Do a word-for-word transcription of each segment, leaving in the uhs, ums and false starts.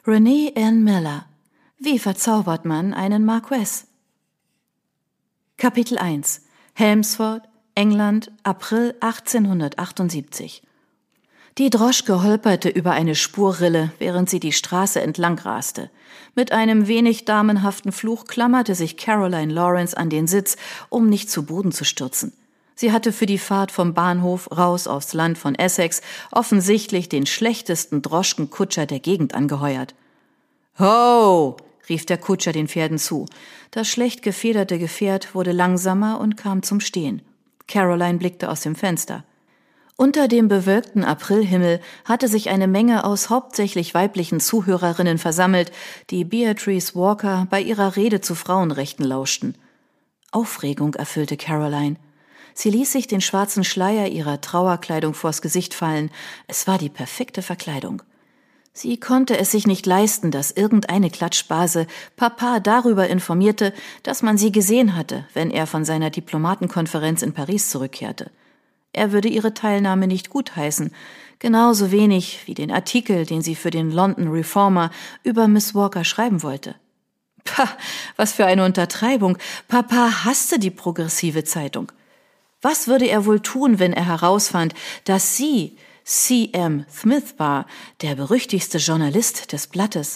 Renée Ann Miller. Wie verzaubert man einen Marquess? Kapitel eins. Helmsford, England, April achtzehnhundertachtundsiebzig. Die Droschke holperte über eine Spurrille, während sie die Straße entlang raste. Mit einem wenig damenhaften Fluch klammerte sich Caroline Lawrence an den Sitz, um nicht zu Boden zu stürzen. Sie hatte für die Fahrt vom Bahnhof raus aufs Land von Essex offensichtlich den schlechtesten Droschkenkutscher der Gegend angeheuert. »Ho!« rief der Kutscher den Pferden zu. Das schlecht gefederte Gefährt wurde langsamer und kam zum Stehen. Caroline blickte aus dem Fenster. Unter dem bewölkten Aprilhimmel hatte sich eine Menge aus hauptsächlich weiblichen Zuhörerinnen versammelt, die Beatrice Walker bei ihrer Rede zu Frauenrechten lauschten. Aufregung erfüllte Caroline. Sie ließ sich den schwarzen Schleier ihrer Trauerkleidung vors Gesicht fallen. Es war die perfekte Verkleidung. Sie konnte es sich nicht leisten, dass irgendeine Klatschbase Papa darüber informierte, dass man sie gesehen hatte, wenn er von seiner Diplomatenkonferenz in Paris zurückkehrte. Er würde ihre Teilnahme nicht gutheißen, genauso wenig wie den Artikel, den sie für den London Reformer über Miss Walker schreiben wollte. Pah, was für eine Untertreibung! Papa hasste die progressive Zeitung. Was würde er wohl tun, wenn er herausfand, dass sie C M Smith war, der berüchtigste Journalist des Blattes?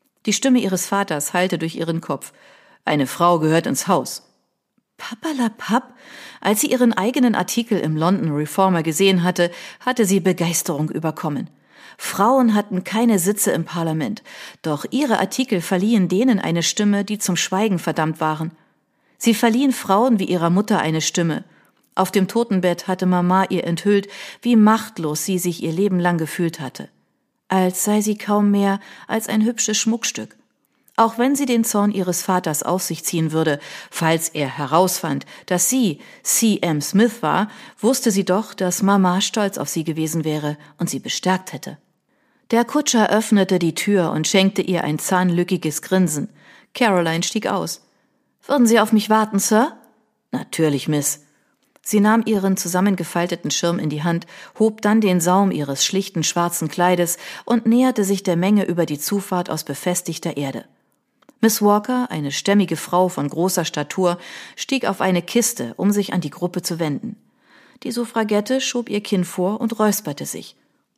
Die Stimme ihres Vaters hallte durch ihren Kopf. Eine Frau gehört ins Haus. Papperlapapp! Als sie ihren eigenen Artikel im London Reformer gesehen hatte, hatte sie Begeisterung überkommen. Frauen hatten keine Sitze im Parlament, doch ihre Artikel verliehen denen eine Stimme, die zum Schweigen verdammt waren. Sie verliehen Frauen wie ihrer Mutter eine Stimme. Auf dem Totenbett hatte Mama ihr enthüllt, wie machtlos sie sich ihr Leben lang gefühlt hatte. Als sei sie kaum mehr als ein hübsches Schmuckstück. Auch wenn sie den Zorn ihres Vaters auf sich ziehen würde, falls er herausfand, dass sie C M Smith war, wusste sie doch, dass Mama stolz auf sie gewesen wäre und sie bestärkt hätte. Der Kutscher öffnete die Tür und schenkte ihr ein zahnlückiges Grinsen. Caroline stieg aus. »Würden Sie auf mich warten, Sir?« »Natürlich, Miss.« Sie nahm ihren zusammengefalteten Schirm in die Hand, hob dann den Saum ihres schlichten schwarzen Kleides und näherte sich der Menge über die Zufahrt aus befestigter Erde. Miss Walker, eine stämmige Frau von großer Statur, stieg auf eine Kiste, um sich an die Gruppe zu wenden. Die Suffragette schob ihr Kinn vor und räusperte sich.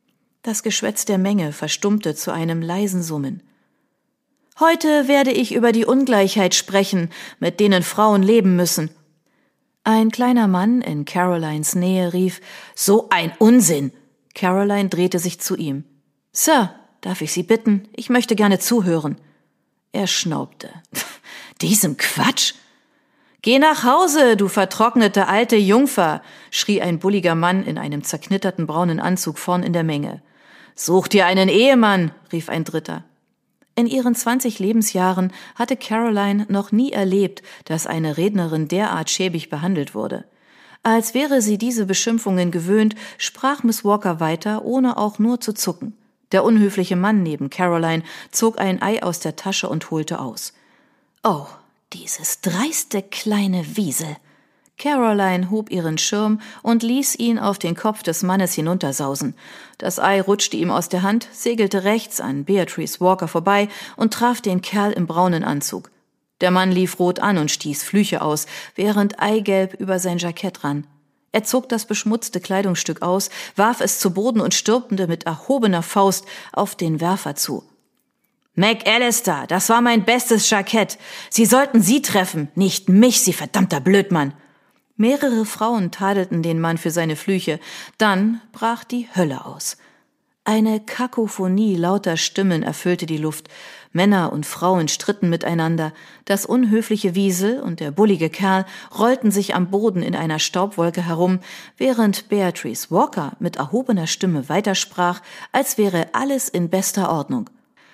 Das Geschwätz der Menge verstummte zu einem leisen Summen. »Heute werde ich über die Ungleichheit sprechen, mit denen Frauen leben müssen.« Ein kleiner Mann in Carolines Nähe rief, »So ein Unsinn!« Caroline drehte sich zu ihm. »Sir, darf ich Sie bitten? Ich möchte gerne zuhören.« Er schnaubte. »Diesem Quatsch?« »Geh nach Hause, du vertrocknete alte Jungfer«, schrie ein bulliger Mann in einem zerknitterten braunen Anzug vorn in der Menge. »Such dir einen Ehemann«, rief ein Dritter. In ihren zwanzig Lebensjahren hatte Caroline noch nie erlebt, dass eine Rednerin derart schäbig behandelt wurde. Als wäre sie diese Beschimpfungen gewöhnt, sprach Miss Walker weiter, ohne auch nur zu zucken. Der unhöfliche Mann neben Caroline zog ein Ei aus der Tasche und holte aus. »Oh, dieses dreiste kleine Wiesel!« Caroline hob ihren Schirm und ließ ihn auf den Kopf des Mannes hinuntersausen. Das Ei rutschte ihm aus der Hand, segelte rechts an Beatrice Walker vorbei und traf den Kerl im braunen Anzug. Der Mann lief rot an und stieß Flüche aus, während Eigelb über sein Jackett rann. Er zog das beschmutzte Kleidungsstück aus, warf es zu Boden und stürmte mit erhobener Faust auf den Werfer zu. »McAllister, das war mein bestes Jackett. Sie sollten Sie treffen, nicht mich, Sie verdammter Blödmann!« Mehrere Frauen tadelten den Mann für seine Flüche. Dann brach die Hölle aus. Eine Kakophonie lauter Stimmen erfüllte die Luft. Männer und Frauen stritten miteinander. Das unhöfliche Wiesel und der bullige Kerl rollten sich am Boden in einer Staubwolke herum, während Beatrice Walker mit erhobener Stimme weitersprach, als wäre alles in bester Ordnung.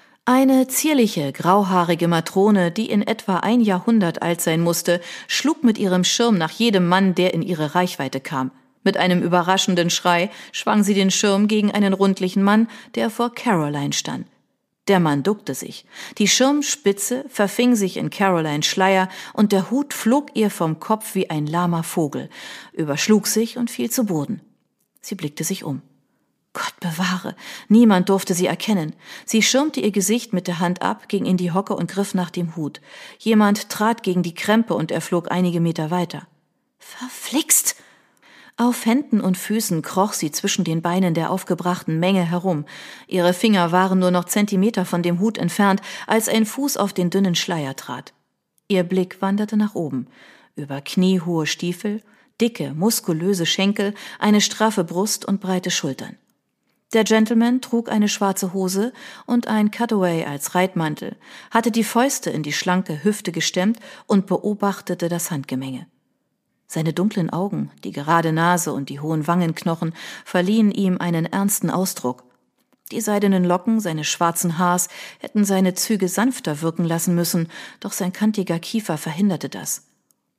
Eine zierliche, grauhaarige Matrone, die in etwa ein Jahrhundert alt sein musste, schlug mit ihrem Schirm nach jedem Mann, der in ihre Reichweite kam. Mit einem überraschenden Schrei schwang sie den Schirm gegen einen rundlichen Mann, der vor Caroline stand. Der Mann duckte sich. Die Schirmspitze verfing sich in Carolines Schleier und der Hut flog ihr vom Kopf wie ein lahmer Vogel, überschlug sich und fiel zu Boden. Sie blickte sich um. Gott bewahre, niemand durfte sie erkennen. Sie schirmte ihr Gesicht mit der Hand ab, ging in die Hocke und griff nach dem Hut. Jemand trat gegen die Krempe und er flog einige Meter weiter. Verflixt! Auf Händen und Füßen kroch sie zwischen den Beinen der aufgebrachten Menge herum. Ihre Finger waren nur noch Zentimeter von dem Hut entfernt, als ein Fuß auf den dünnen Schleier trat. Ihr Blick wanderte nach oben, über kniehohe Stiefel, dicke, muskulöse Schenkel, eine straffe Brust und breite Schultern. Der Gentleman trug eine schwarze Hose und ein Cutaway als Reitmantel, hatte die Fäuste in die schlanke Hüfte gestemmt und beobachtete das Handgemenge. Seine dunklen Augen, die gerade Nase und die hohen Wangenknochen verliehen ihm einen ernsten Ausdruck. Die seidenen Locken seines schwarzen Haars hätten seine Züge sanfter wirken lassen müssen, doch sein kantiger Kiefer verhinderte das.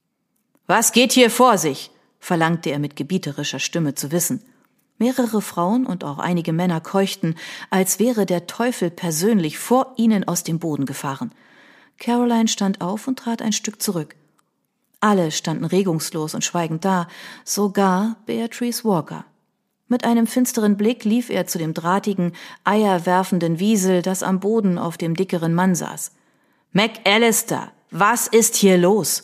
»Was geht hier vor sich?« verlangte er mit gebieterischer Stimme zu wissen. Mehrere Frauen und auch einige Männer keuchten, als wäre der Teufel persönlich vor ihnen aus dem Boden gefahren. Caroline stand auf und trat ein Stück zurück. Alle standen regungslos und schweigend da, sogar Beatrice Walker. Mit einem finsteren Blick lief er zu dem drahtigen, eierwerfenden Wiesel, das am Boden auf dem dickeren Mann saß. »McAllister, was ist hier los?«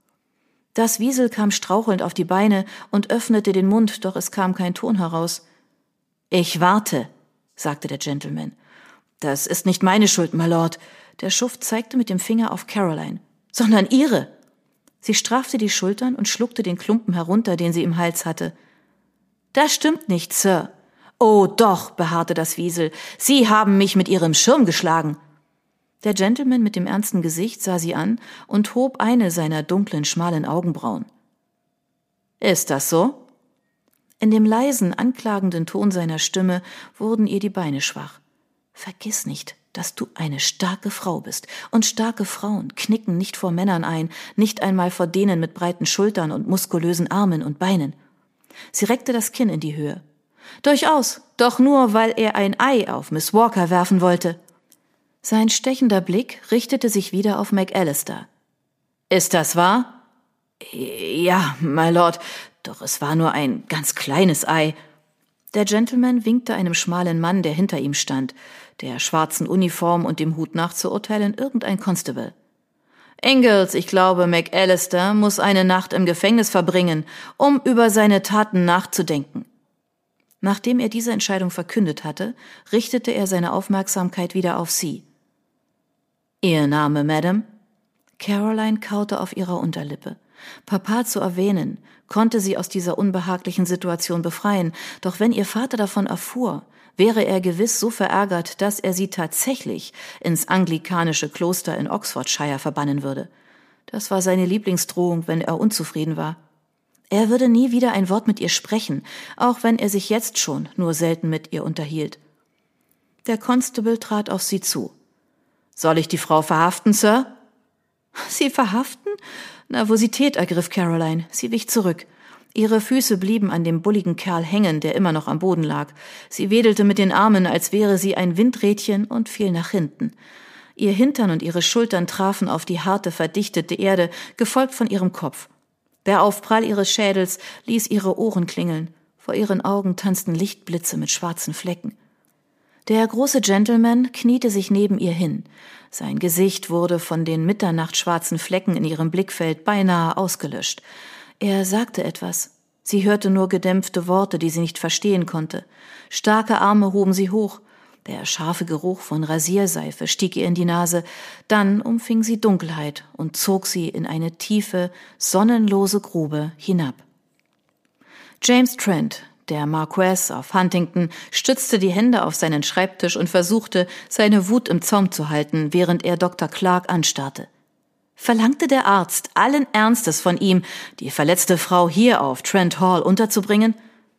Das Wiesel kam strauchelnd auf die Beine und öffnete den Mund, doch es kam kein Ton heraus. »Ich warte«, sagte der Gentleman. »Das ist nicht meine Schuld, my Lord.« Der Schuft zeigte mit dem Finger auf Caroline. »Sondern Ihre!« Sie straffte die Schultern und schluckte den Klumpen herunter, den sie im Hals hatte. »Das stimmt nicht, Sir.« »Oh doch«, beharrte das Wiesel, »Sie haben mich mit Ihrem Schirm geschlagen.« Der Gentleman mit dem ernsten Gesicht sah sie an und hob eine seiner dunklen, schmalen Augenbrauen. »Ist das so?« In dem leisen, anklagenden Ton seiner Stimme wurden ihr die Beine schwach. »Vergiss nicht, dass du eine starke Frau bist, und starke Frauen knicken nicht vor Männern ein, nicht einmal vor denen mit breiten Schultern und muskulösen Armen und Beinen.« Sie reckte das Kinn in die Höhe. »Durchaus, doch nur, weil er ein Ei auf Miss Walker werfen wollte.« Sein stechender Blick richtete sich wieder auf McAllister. »Ist das wahr?« »Ja, my Lord, doch es war nur ein ganz kleines Ei.« Der Gentleman winkte einem schmalen Mann, der hinter ihm stand, der schwarzen Uniform und dem Hut nach zu urteilen irgendein Constable. »Ingalls, ich glaube, McAllister muss eine Nacht im Gefängnis verbringen, um über seine Taten nachzudenken.« Nachdem er diese Entscheidung verkündet hatte, richtete er seine Aufmerksamkeit wieder auf sie. »Ihr Name, Madam?« Caroline kaute auf ihrer Unterlippe. Papa zu erwähnen, konnte sie aus dieser unbehaglichen Situation befreien, doch wenn ihr Vater davon erfuhr, wäre er gewiss so verärgert, dass er sie tatsächlich ins anglikanische Kloster in Oxfordshire verbannen würde. Das war seine Lieblingsdrohung, wenn er unzufrieden war. Er würde nie wieder ein Wort mit ihr sprechen, auch wenn er sich jetzt schon nur selten mit ihr unterhielt. Der Constable trat auf sie zu. »Soll ich die Frau verhaften, Sir?« »Sie verhaften?« Nervosität ergriff Caroline. Sie wich zurück. Ihre Füße blieben an dem bulligen Kerl hängen, der immer noch am Boden lag. Sie wedelte mit den Armen, als wäre sie ein Windrädchen, und fiel nach hinten. Ihr Hintern und ihre Schultern trafen auf die harte, verdichtete Erde, gefolgt von ihrem Kopf. Der Aufprall ihres Schädels ließ ihre Ohren klingeln. Vor ihren Augen tanzten Lichtblitze mit schwarzen Flecken. Der große Gentleman kniete sich neben ihr hin. Sein Gesicht wurde von den mitternachtsschwarzen Flecken in ihrem Blickfeld beinahe ausgelöscht. Er sagte etwas. Sie hörte nur gedämpfte Worte, die sie nicht verstehen konnte. Starke Arme hoben sie hoch. Der scharfe Geruch von Rasierseife stieg ihr in die Nase. Dann umfing sie Dunkelheit und zog sie in eine tiefe, sonnenlose Grube hinab. James Trent, der Marquess of Huntingdon, stützte die Hände auf seinen Schreibtisch und versuchte, seine Wut im Zaum zu halten, während er Doktor Clark anstarrte. Verlangte der Arzt allen Ernstes von ihm, die verletzte Frau hier auf Trent Hall unterzubringen?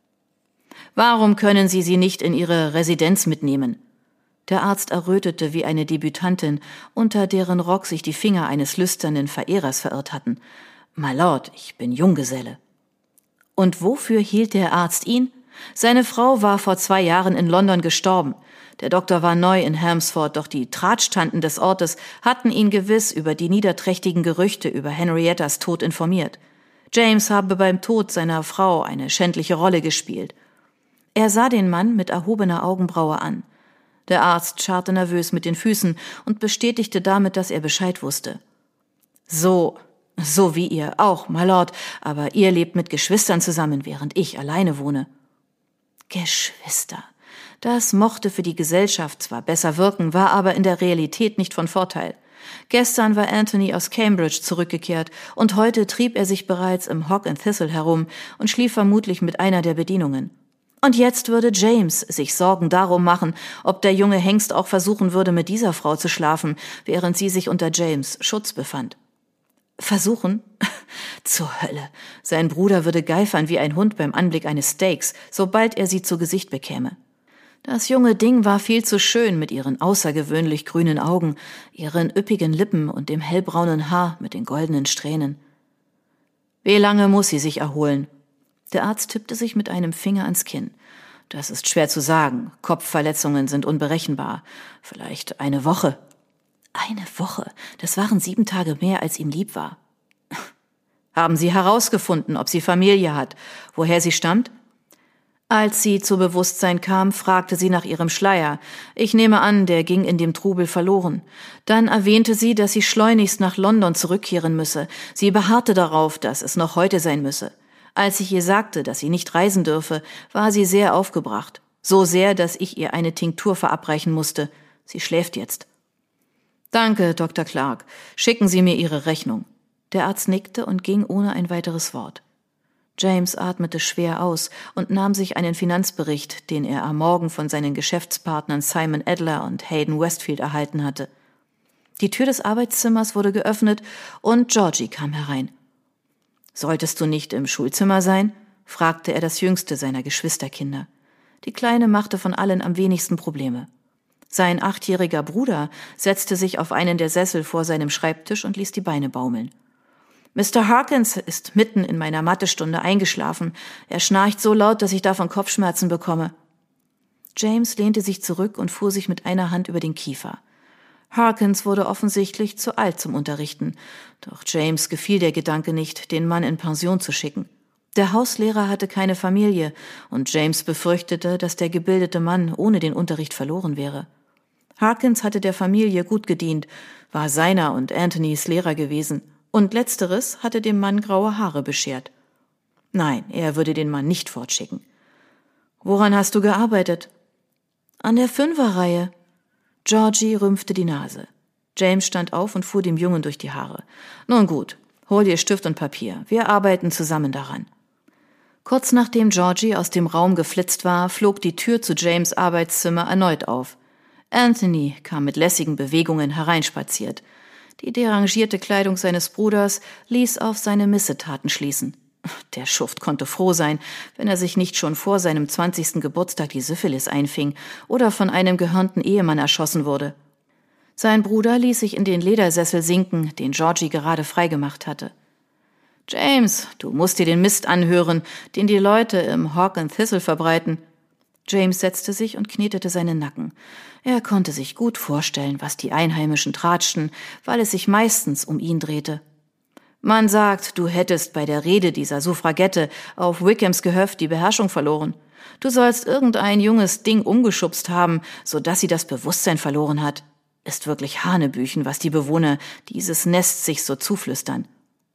Warum können Sie sie nicht in Ihre Residenz mitnehmen? Der Arzt errötete wie eine Debütantin, unter deren Rock sich die Finger eines lüsternen Verehrers verirrt hatten. »My Lord, ich bin Junggeselle.« Und wofür hielt der Arzt ihn? Seine Frau war vor zwei Jahren in London gestorben. Der Doktor war neu in Helmsford, doch die Tratschtanten des Ortes hatten ihn gewiss über die niederträchtigen Gerüchte über Henriettas Tod informiert. James habe beim Tod seiner Frau eine schändliche Rolle gespielt. Er sah den Mann mit erhobener Augenbraue an. Der Arzt scharrte nervös mit den Füßen und bestätigte damit, dass er Bescheid wusste. »So, so wie ihr auch, my Lord, aber ihr lebt mit Geschwistern zusammen, während ich alleine wohne.« Geschwister. Das mochte für die Gesellschaft zwar besser wirken, war aber in der Realität nicht von Vorteil. Gestern war Anthony aus Cambridge zurückgekehrt und heute trieb er sich bereits im Hog and Thistle herum und schlief vermutlich mit einer der Bedienungen. Und jetzt würde James sich Sorgen darum machen, ob der junge Hengst auch versuchen würde, mit dieser Frau zu schlafen, während sie sich unter James' Schutz befand. Versuchen? Zur Hölle. Sein Bruder würde geifern wie ein Hund beim Anblick eines Steaks, sobald er sie zu Gesicht bekäme. Das junge Ding war viel zu schön mit ihren außergewöhnlich grünen Augen, ihren üppigen Lippen und dem hellbraunen Haar mit den goldenen Strähnen. Wie lange muss sie sich erholen? Der Arzt tippte sich mit einem Finger ans Kinn. Das ist schwer zu sagen. Kopfverletzungen sind unberechenbar. Vielleicht eine Woche. Eine Woche? Das waren sieben Tage mehr, als ihm lieb war. Haben Sie herausgefunden, ob sie Familie hat, woher sie stammt? Als sie zu Bewusstsein kam, fragte sie nach ihrem Schleier. Ich nehme an, der ging in dem Trubel verloren. Dann erwähnte sie, dass sie schleunigst nach London zurückkehren müsse. Sie beharrte darauf, dass es noch heute sein müsse. Als ich ihr sagte, dass sie nicht reisen dürfe, war sie sehr aufgebracht. So sehr, dass ich ihr eine Tinktur verabreichen musste. Sie schläft jetzt. Danke, Doktor Clark. Schicken Sie mir Ihre Rechnung. Der Arzt nickte und ging ohne ein weiteres Wort. James atmete schwer aus und nahm sich einen Finanzbericht, den er am Morgen von seinen Geschäftspartnern Simon Adler und Hayden Westfield erhalten hatte. Die Tür des Arbeitszimmers wurde geöffnet und Georgie kam herein. »Solltest du nicht im Schulzimmer sein?« fragte er das jüngste seiner Geschwisterkinder. Die Kleine machte von allen am wenigsten Probleme. Sein achtjähriger Bruder setzte sich auf einen der Sessel vor seinem Schreibtisch und ließ die Beine baumeln. »Mister Harkins ist mitten in meiner Mathestunde eingeschlafen. Er schnarcht so laut, dass ich davon Kopfschmerzen bekomme.« James lehnte sich zurück und fuhr sich mit einer Hand über den Kiefer. Harkins wurde offensichtlich zu alt zum Unterrichten, doch James gefiel der Gedanke nicht, den Mann in Pension zu schicken. Der Hauslehrer hatte keine Familie und James befürchtete, dass der gebildete Mann ohne den Unterricht verloren wäre. Harkins hatte der Familie gut gedient, war seiner und Anthonys Lehrer gewesen und letzteres hatte dem Mann graue Haare beschert. Nein, er würde den Mann nicht fortschicken. »Woran hast du gearbeitet?« »An der Fünferreihe.« Georgie rümpfte die Nase. James stand auf und fuhr dem Jungen durch die Haare. »Nun gut, hol dir Stift und Papier. Wir arbeiten zusammen daran.« Kurz nachdem Georgie aus dem Raum geflitzt war, flog die Tür zu James' Arbeitszimmer erneut auf. Anthony kam mit lässigen Bewegungen hereinspaziert. Die derangierte Kleidung seines Bruders ließ auf seine Missetaten schließen. Der Schuft konnte froh sein, wenn er sich nicht schon vor seinem zwanzigsten Geburtstag die Syphilis einfing oder von einem gehörnten Ehemann erschossen wurde. Sein Bruder ließ sich in den Ledersessel sinken, den Georgie gerade freigemacht hatte. »James, du musst dir den Mist anhören, den die Leute im Hog and Thistle verbreiten.« James setzte sich und knetete seinen Nacken. Er konnte sich gut vorstellen, was die Einheimischen tratschten, weil es sich meistens um ihn drehte. »Man sagt, du hättest bei der Rede dieser Suffragette auf Wickhams Gehöft die Beherrschung verloren. Du sollst irgendein junges Ding umgeschubst haben, so dass sie das Bewusstsein verloren hat. Ist wirklich Hanebüchen, was die Bewohner dieses Nests sich so zuflüstern.«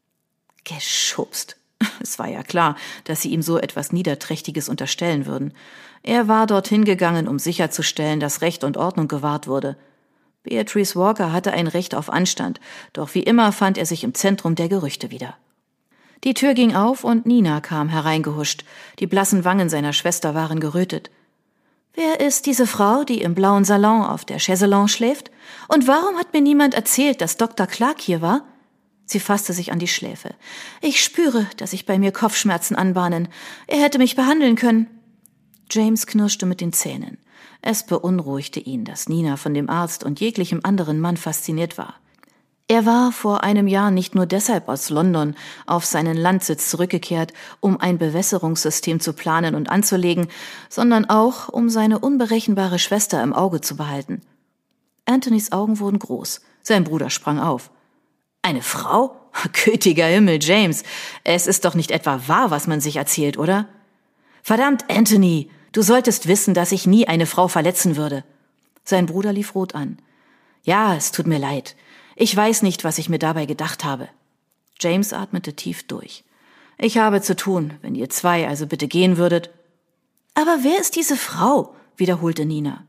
Geschubst. Es war ja klar, dass sie ihm so etwas Niederträchtiges unterstellen würden. Er war dorthin gegangen, um sicherzustellen, dass Recht und Ordnung gewahrt wurde. Beatrice Walker hatte ein Recht auf Anstand, doch wie immer fand er sich im Zentrum der Gerüchte wieder. Die Tür ging auf und Nina kam hereingehuscht. Die blassen Wangen seiner Schwester waren gerötet. »Wer ist diese Frau, die im blauen Salon auf der Chaiselongue schläft? Und warum hat mir niemand erzählt, dass Doktor Clark hier war?« Sie fasste sich an die Schläfe. »Ich spüre, dass sich bei mir Kopfschmerzen anbahnen. Er hätte mich behandeln können.« James knirschte mit den Zähnen. Es beunruhigte ihn, dass Nina von dem Arzt und jeglichem anderen Mann fasziniert war. Er war vor einem Jahr nicht nur deshalb aus London auf seinen Landsitz zurückgekehrt, um ein Bewässerungssystem zu planen und anzulegen, sondern auch, um seine unberechenbare Schwester im Auge zu behalten. Anthonys Augen wurden groß. Sein Bruder sprang auf. »Eine Frau? Gütiger Himmel, James! Es ist doch nicht etwa wahr, was man sich erzählt, oder?« »Verdammt, Anthony!« Du solltest wissen, dass ich nie eine Frau verletzen würde. Sein Bruder lief rot an. Ja, es tut mir leid. Ich weiß nicht, was ich mir dabei gedacht habe. James atmete tief durch. Ich habe zu tun, wenn ihr zwei also bitte gehen würdet. Aber wer ist diese Frau? Wiederholte Nina.